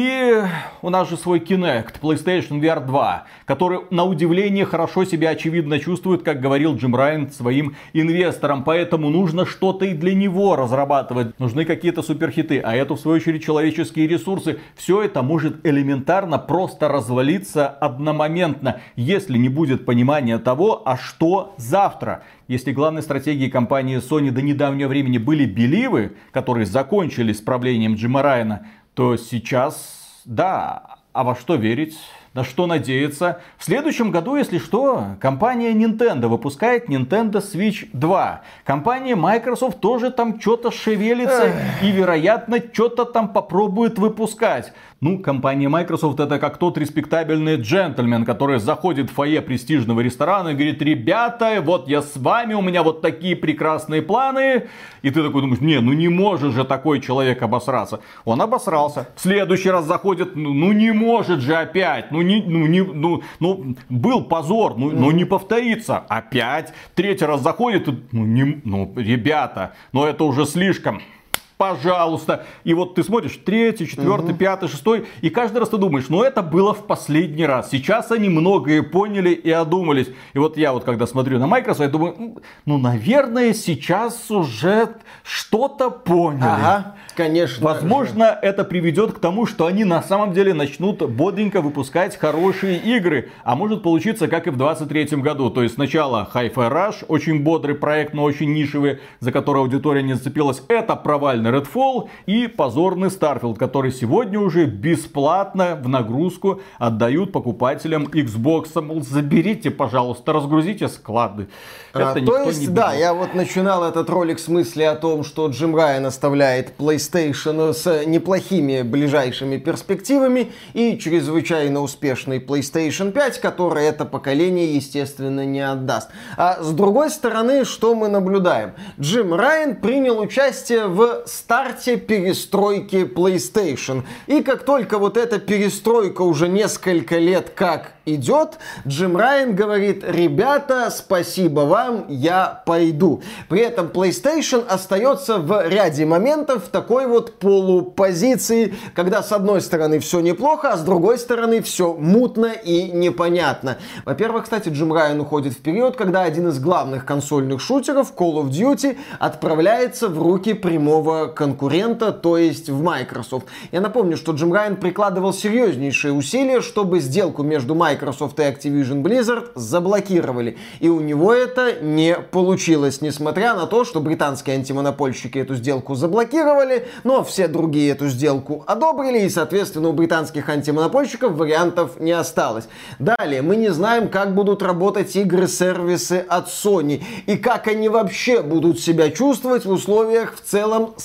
и у нас же свой Kinect, PlayStation ви ар два, который, на удивление, хорошо себя очевидно чувствует, как говорил Джим Райан своим инвесторам. Поэтому нужно что-то и для него разрабатывать. Нужны какие-то суперхиты, а это в свою очередь человеческие ресурсы. Все это может элементарно просто развалиться одномоментно, если не будет понимания того, а что завтра. Если главной стратегией компании Sony до недавнего времени были беливы, которые закончились с правлением Джима Райана, то сейчас, да, а во что верить? На что надеяться? В следующем году, если что, компания Nintendo выпускает Nintendo Switch два. Компания Microsoft тоже там что-то шевелится и, вероятно, что-то там попробует выпускать. Ну, компания Microsoft это как тот респектабельный джентльмен, который заходит в фойе престижного ресторана и говорит: ребята, вот я с вами, у меня вот такие прекрасные планы. И ты такой думаешь: не, ну не может же такой человек обосраться. Он обосрался. В следующий раз заходит: ну, ну не может же опять, ну не, ну не, ну, ну был позор, ну, ну не повторится. Опять. Третий раз заходит, ну, не, ну ребята, ну это уже слишком. Пожалуйста. И вот ты смотришь третий, четвертый, пятый, шестой, и каждый раз ты думаешь: ну это было в последний раз. Сейчас они многое поняли и одумались. И вот я вот когда смотрю на Microsoft, я думаю: ну наверное сейчас уже что-то поняли. Ага, конечно. Возможно, же. Это приведет к тому, что они на самом деле начнут бодренько выпускать хорошие игры. А может получиться, как и в двадцать третьем году. То есть сначала Hi-Fi Rush, очень бодрый проект, но очень нишевый, за который аудитория не зацепилась. Это провальный Redfall и позорный Starfield, который сегодня уже бесплатно в нагрузку отдают покупателям Xbox. Мол, заберите, пожалуйста, разгрузите склады. А, Это то есть, не да, я вот начинал этот ролик с мысли о том, что Джим Райан оставляет PlayStation с неплохими ближайшими перспективами и чрезвычайно успешный PlayStation пять, который это поколение, естественно, не отдаст. А с другой стороны, что мы наблюдаем? Джим Райан принял участие в старте перестройки PlayStation. И как только вот эта перестройка уже несколько лет как идет, Джим Райан говорит: ребята, спасибо вам, я пойду. При этом PlayStation остается в ряде моментов в такой вот полупозиции, когда с одной стороны все неплохо, а с другой стороны все мутно и непонятно. Во-первых, кстати, Джим Райан уходит в период, когда один из главных консольных шутеров, Call of Duty, отправляется в руки прямого конкурента, то есть в Microsoft. Я напомню, что Джим Райан прикладывал серьезнейшие усилия, чтобы сделку между Microsoft и Activision Blizzard заблокировали. И у него это не получилось, несмотря на то, что британские антимонопольщики эту сделку заблокировали, но все другие эту сделку одобрили, и, соответственно, у британских антимонопольщиков вариантов не осталось. Далее, мы не знаем, как будут работать игры-сервисы от Sony, и как они вообще будут себя чувствовать в условиях в целом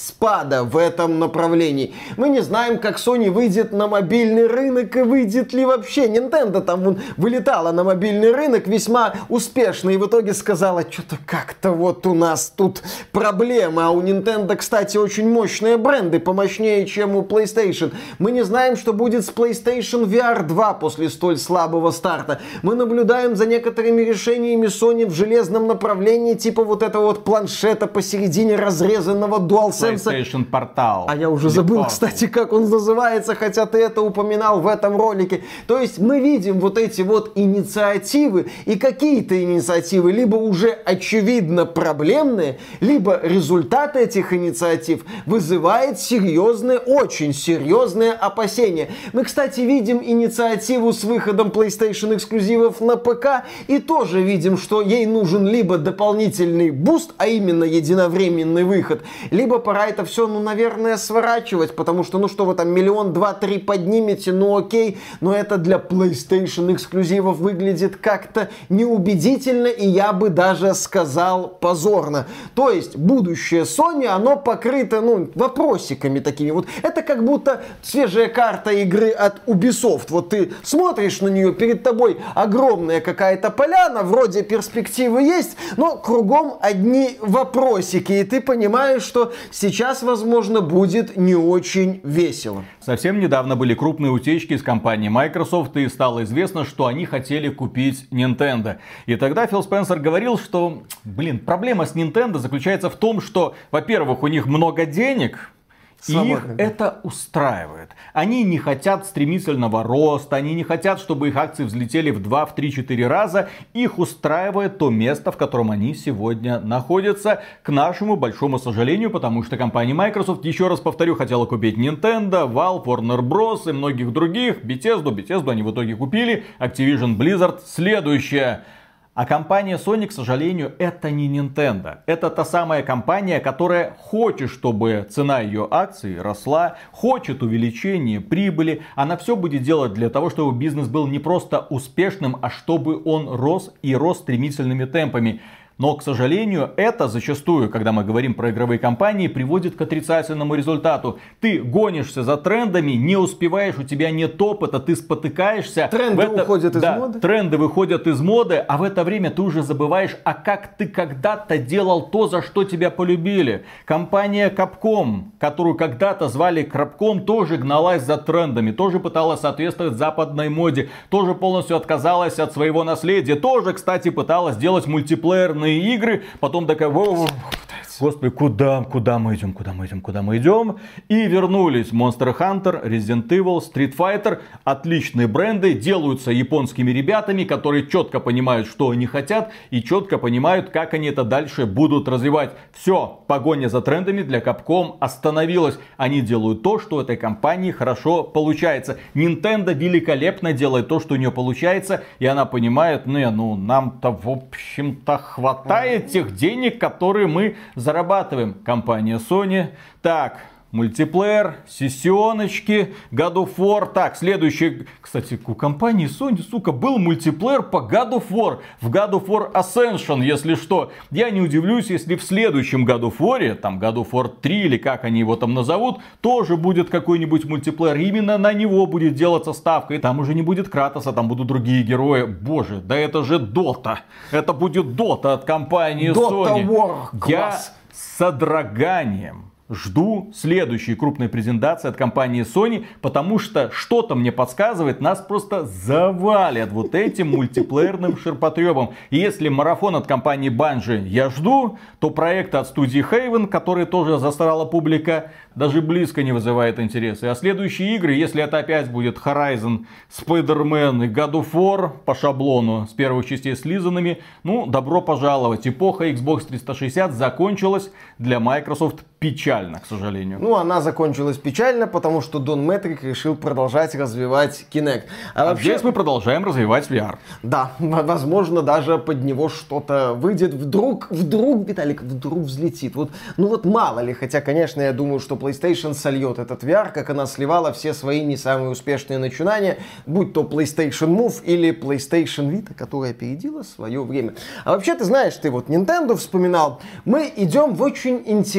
спада в этом направлении. Мы не знаем, как Sony выйдет на мобильный рынок и выйдет ли вообще. Nintendo там вон, вылетала на мобильный рынок весьма успешно и в итоге сказала, что-то как-то вот у нас тут проблемы. А у Nintendo, кстати, очень мощные бренды, помощнее, чем у PlayStation. Мы не знаем, что будет с PlayStation ви ар два после столь слабого старта. Мы наблюдаем за некоторыми решениями Sony в железном направлении, типа вот этого вот планшета посередине разрезанного DualSense. PlayStation Portal. А я уже забыл, кстати, как он называется, хотя ты это упоминал в этом ролике. То есть мы видим вот эти вот инициативы, и какие-то инициативы либо уже очевидно проблемные, либо результат этих инициатив вызывает серьезные, очень серьезные опасения. Мы, кстати, видим инициативу с выходом PlayStation эксклюзивов на ПК, и тоже видим, что ей нужен либо дополнительный буст, а именно единовременный выход, либо пора это все, ну, наверное, сворачивать, потому что, ну что вы там, миллион, два, три поднимете, ну окей, но это для PlayStation эксклюзивов выглядит как-то неубедительно, и я бы даже сказал позорно. То есть, будущее Sony, оно покрыто, ну, вопросиками такими. Вот это как будто свежая карта игры от Ubisoft. Вот ты смотришь на нее, перед тобой огромная какая-то поляна, вроде перспективы есть, но кругом одни вопросики, и ты понимаешь, что сейчас, возможно, будет не очень весело. Совсем недавно были крупные утечки из компании Microsoft, и стало известно, что они хотели купить Nintendo. И тогда Фил Спенсер говорил, что, блин, проблема с Nintendo заключается в том, что, во-первых, у них много денег, и их это устраивает. Они не хотят стремительного роста, они не хотят, чтобы их акции взлетели в два, в три, четыре раза. Их устраивает то место, в котором они сегодня находятся, к нашему большому сожалению, потому что компания Microsoft, еще раз повторю, хотела купить Nintendo, Valve, Warner Bros. И многих других. Bethesda, Bethesda они в итоге купили, Activision Blizzard. Следующее. А компания Sony, к сожалению, это не Nintendo. Это та самая компания, которая хочет, чтобы цена ее акций росла, хочет увеличения прибыли. Она все будет делать для того, чтобы бизнес был не просто успешным, а чтобы он рос и рос стремительными темпами. Но, к сожалению, это зачастую, когда мы говорим про игровые компании, приводит к отрицательному результату. Ты гонишься за трендами, не успеваешь, у тебя нет опыта, ты спотыкаешься. Тренды это... уходят из да, моды. Тренды выходят из моды, а в это время ты уже забываешь, а как ты когда-то делал то, за что тебя полюбили. Компания Capcom, которую когда-то звали Capcom, тоже гналась за трендами, тоже пыталась соответствовать западной моде, тоже полностью отказалась от своего наследия, тоже, кстати, пыталась сделать мультиплеерные игры, потом такая, господи, куда, куда мы идем, куда мы идем, куда мы идем. И вернулись Monster Hunter, Resident Evil, Street Fighter. Отличные бренды, делаются японскими ребятами, которые четко понимают, что они хотят, и четко понимают, как они это дальше будут развивать. Все, погоня за трендами для Capcom остановилась. Они делают то, что у этой компании хорошо получается. Nintendo великолепно делает то, что у нее получается, и она понимает, ну, ну нам-то, в общем-то, хватает тех денег, которые мы зарабатываем. Компания Sony. Так, мультиплеер, сессионочки, God of War. Так, следующий. Кстати, у компании Sony, сука, был мультиплеер по God of War. В God of War Ascension, если что. Я не удивлюсь, если в следующем God of War, там God of War три или как они его там назовут, тоже будет какой-нибудь мультиплеер. Именно на него будет делаться ставка. И там уже не будет Кратоса, там будут другие герои. Боже, да это же Dota. Это будет Dota от компании Dota Sony. War. Я Класс. с содроганием жду следующей крупной презентации от компании Sony, потому что что-то мне подсказывает, нас просто завалят вот этим мультиплеерным ширпотребом. И если марафон от компании Bungie я жду, то проекты от студии Haven, которые тоже засрала публика, даже близко не вызывает интереса. А следующие игры, если это опять будет Horizon, Spider-Man и God of War по шаблону с первых частей слизанными, ну, добро пожаловать. Эпоха Xbox триста шестьдесят закончилась для Microsoft печально, к сожалению. Ну, она закончилась печально, потому что Дон Мэтрик решил продолжать развивать Kinect. А, а вообще... здесь мы продолжаем развивать ви ар. Да, возможно, даже под него что-то выйдет. Вдруг, вдруг, Виталик, вдруг взлетит. Вот, ну вот мало ли, хотя, конечно, я думаю, что PlayStation сольет этот ви ар, как она сливала все свои не самые успешные начинания, будь то PlayStation Move или PlayStation Vita, которая опередила свое время. А вообще, ты знаешь, ты вот Nintendo вспоминал, мы идем в очень интересное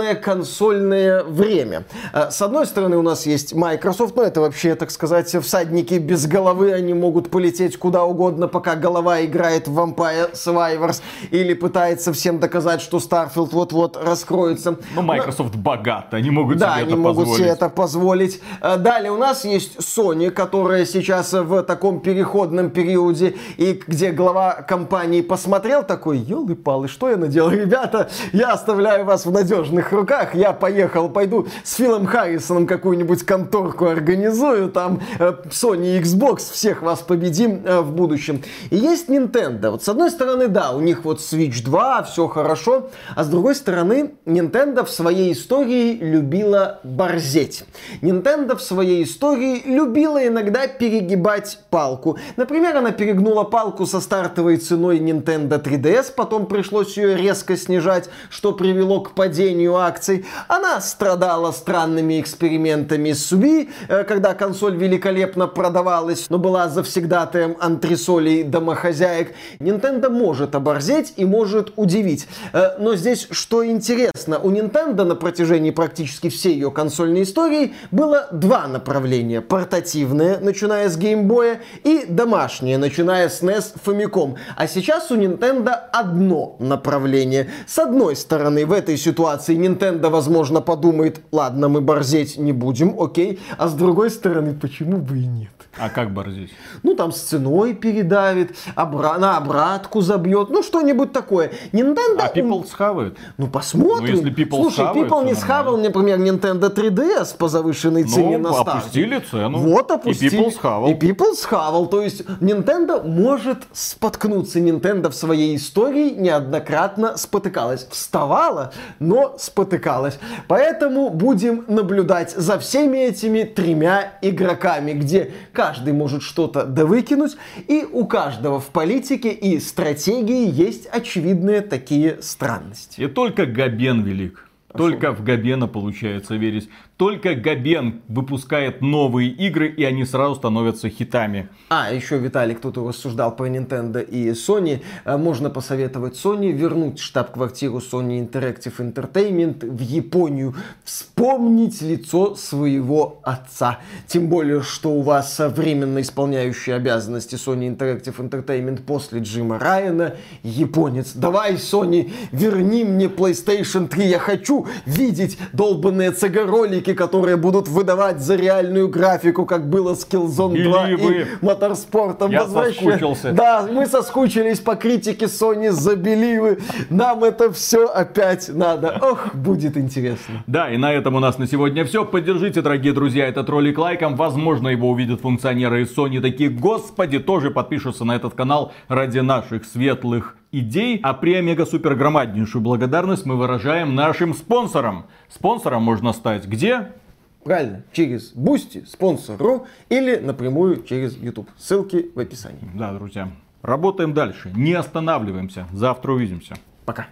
темное консольное время. С одной стороны, у нас есть Microsoft, но это вообще, так сказать, всадники без головы, они могут полететь куда угодно, пока голова играет в Vampire Survivors или пытается всем доказать, что Starfield вот-вот раскроется. Ну, Microsoft но... богат, они могут да, себе они это могут позволить. себе это позволить. Далее у нас есть Sony, которая сейчас в таком переходном периоде, и где глава компании посмотрел такой: елы-палы, что я наделал, ребята, я оставляю вас в надежных руках, я поехал, пойду с Филом Харрисоном какую-нибудь конторку организую, там Sony и Xbox, всех вас победим в будущем. И есть Nintendo. Вот с одной стороны, да, у них вот Switch два, все хорошо, а с другой стороны, Nintendo в своей истории любила борзеть. Nintendo в своей истории любила иногда перегибать палку. Например, она перегнула палку со стартовой ценой Nintendo три ди эс, потом пришлось ее резко снижать, что привело к падению акций. Она страдала странными экспериментами с Wii, когда консоль великолепно продавалась, но была завсегдатаем антресолей домохозяек. Nintendo может оборзеть и может удивить. Но здесь что интересно, у Nintendo на протяжении практически всей ее консольной истории было два направления. Портативное, начиная с Game Boy, и домашнее, начиная с эн и эс Famicom. А сейчас у Nintendo одно направление. С одной стороны, в этой ситуации Nintendo, возможно, подумает: ладно, мы борзеть не будем, окей. А с другой стороны, почему бы и нет? А как борзеть? Ну, там с ценой передавит, обра- на обратку забьет, ну, что-нибудь такое. Nintendo... А People схавают? Ну, посмотрим. Ну, если People Слушай, схавают, People не то схавал, например, Nintendo три ди эс по завышенной цене ну, на старте. опустили цену. Вот, опустили. И People схавал. И People схавал. То есть, Nintendo может споткнуться. Nintendo в своей истории неоднократно спотыкалась. Вставала, но спотыкалась. Поэтому будем наблюдать за всеми этими тремя игроками, где каждый может что-то довыкинуть, и у каждого в политике и стратегии есть очевидные такие странности. И только Габен велик. А только шо? В Габена получается верить. Только Габен выпускает новые игры, и они сразу становятся хитами. А, еще, Виталий, кто-то рассуждал про Nintendo и Sony. Можно посоветовать Sony вернуть штаб-квартиру Sony Interactive Entertainment в Японию. Вспомнить лицо своего отца. Тем более, что у вас временно исполняющий обязанности Sony Interactive Entertainment после Джима Райана японец. Давай, Sony, верни мне PlayStation три. Я хочу видеть долбанные си джи-ролики, которые будут выдавать за реальную графику, как было с Killzone два и Моторспортом. Я соскучился. Да, мы соскучились по критике Sony за Беливы. Нам это все опять надо. Ох, будет интересно. Да, и на этом у нас на сегодня все. Поддержите, дорогие друзья, этот ролик лайком. Возможно, его увидят функционеры из Sony. Такие: господи, тоже подпишутся на этот канал ради наших светлых идей. А при омега-супер громаднейшую благодарность мы выражаем нашим спонсорам. Спонсором можно стать где? Правильно, через Boosty, спонсор точка ру или напрямую через YouTube. Ссылки в описании. Да, друзья. Работаем дальше. Не останавливаемся. Завтра увидимся. Пока.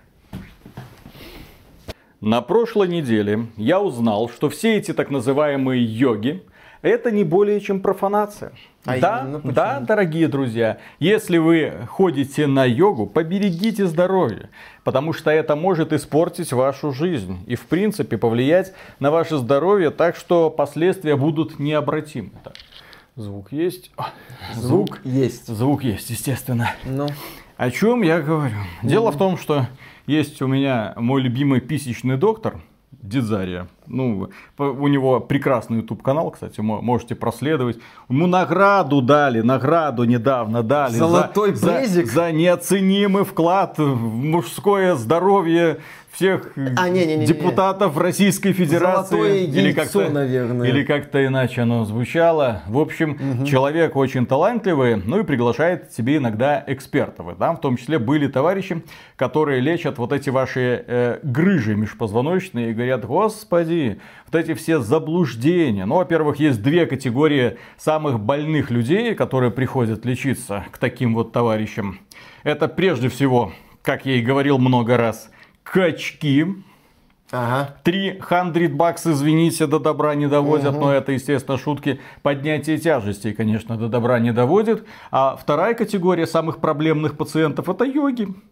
На прошлой неделе я узнал, что все эти так называемые йоги — это не более чем профанация. А да, да, дорогие друзья, если вы ходите на йогу, поберегите здоровье, потому что это может испортить вашу жизнь и, в принципе, повлиять на ваше здоровье так, что последствия будут необратимы. Так, звук есть? Звук, звук есть. Звук есть, естественно. Ну. О чем я говорю? Mm-hmm. Дело в том, что есть у меня мой любимый писечный доктор Дидзария. Ну, у него прекрасный YouTube канал, кстати, можете проследовать. Ему награду дали, награду недавно дали. Золотой за, презик. За, за неоценимый вклад в мужское здоровье всех а, не, не, не, депутатов не. Российской Федерации. Золотое или яйцо, как-то, наверное. Или как-то иначе оно звучало. В общем, угу. Человек очень талантливый, ну и приглашает себе иногда экспертов. Там в том числе были товарищи, которые лечат вот эти ваши э, грыжи межпозвоночные и говорят: господи, вот эти все заблуждения. Ну, во-первых, есть две категории самых больных людей, которые приходят лечиться к таким вот товарищам. Это прежде всего, как я и говорил много раз, качки. Ага. триста бакс, извините, до добра не доводят, угу. Но это, естественно, шутки. Поднятие тяжестей, конечно, до добра не доводит. А вторая категория самых проблемных пациентов — это йоги.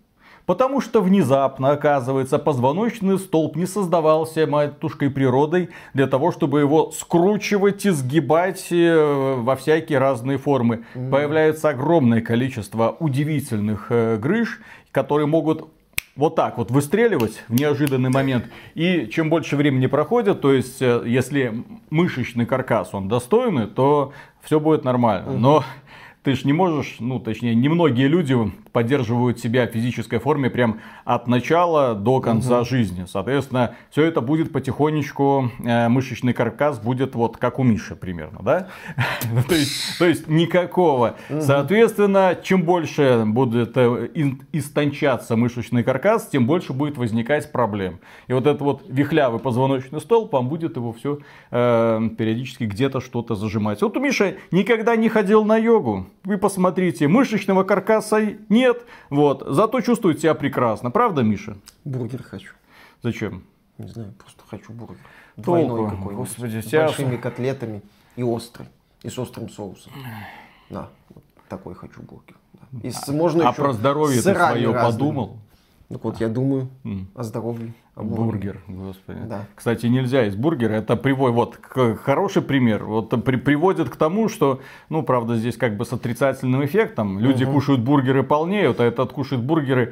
Потому что внезапно, оказывается, позвоночный столб не создавался матушкой природой для того, чтобы его скручивать и сгибать во всякие разные формы. Mm. Появляется огромное количество удивительных грыж, которые могут вот так вот выстреливать в неожиданный момент. И чем больше времени проходит, то есть если мышечный каркас он достойный, то все будет нормально. Но ты ж не можешь, ну точнее, немногие люди поддерживают себя в физической форме прям от начала до конца угу. жизни. Соответственно, все это будет потихонечку, э, мышечный каркас будет вот как у Миши примерно, да? то, есть, то есть никакого. Угу. Соответственно, чем больше будет э, истончаться мышечный каркас, тем больше будет возникать проблем. И вот этот вот вихлявый позвоночный столб, он будет его все э, периодически где-то что-то зажимать. Вот у Миши никогда не ходил на йогу. Вы посмотрите, мышечного каркаса нет, вот, зато чувствует себя прекрасно. Правда, Миша? Бургер хочу. Зачем? Не знаю, просто хочу бургер. Двойной какой-нибудь. Господи, с большими котлетами и острый. И с острым соусом. Да, вот такой хочу бургер. Да. И с, можно а еще про здоровье ты свое разными. Подумал? Так вот, я думаю mm. о здоровье. О бургер, господи. Да. Кстати, нельзя из бургера. Это приводит, вот, к, хороший пример. Вот при, приводит к тому, что, ну, правда, здесь как бы с отрицательным эффектом. Люди угу. кушают бургеры, полнеют, а этот кушает бургеры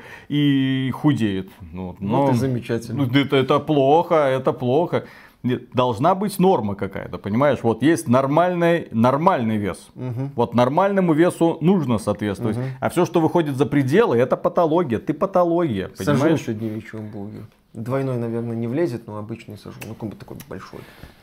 и худеет. Вот, но, вот и замечательно. Ну, это, это плохо, это плохо. Должна быть норма какая-то, понимаешь? Вот есть нормальный, нормальный вес. Угу. Вот нормальному весу нужно соответствовать. Угу. А все, что выходит за пределы, это патология. Ты патология, сажу понимаешь? Сажу сегодня вечером бургер. Двойной, наверное, не влезет, но обычный сажу. Ну, какой-то такой большой.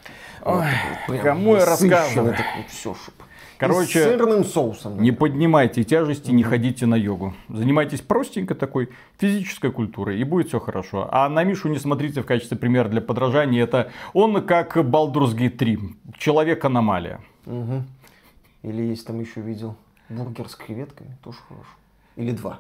Ой, вот, кому я рассказываю? Такой, все, чтоб. Короче, с сырным соусом. Не поднимайте тяжести, mm-hmm. не ходите на йогу. Занимайтесь простенько такой физической культурой, и будет все хорошо. А на Мишу не смотрите в качестве примера для подражания. Это он как Baldur's Gate три. Человек-аномалия. Угу. Или есть там еще видел бургер с креветками. Тоже хорошо. Или два.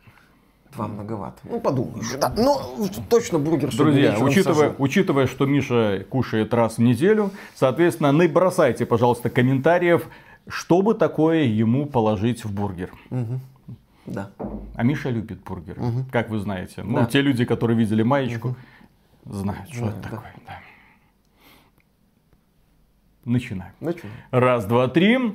Два многовато. Ну, подумаешь. Да, но точно бургер. Друзья, учитывая, учитывая, что Миша кушает раз в неделю, соответственно, набросайте, пожалуйста, комментариев, что бы такое ему положить в бургер. Угу. Да. А Миша любит бургеры, угу. как вы знаете. Ну, да. те люди, которые видели маечку, угу. знают, что Знаю, это да. такое. Да. Начинаем. Начинаем. Раз, два, три.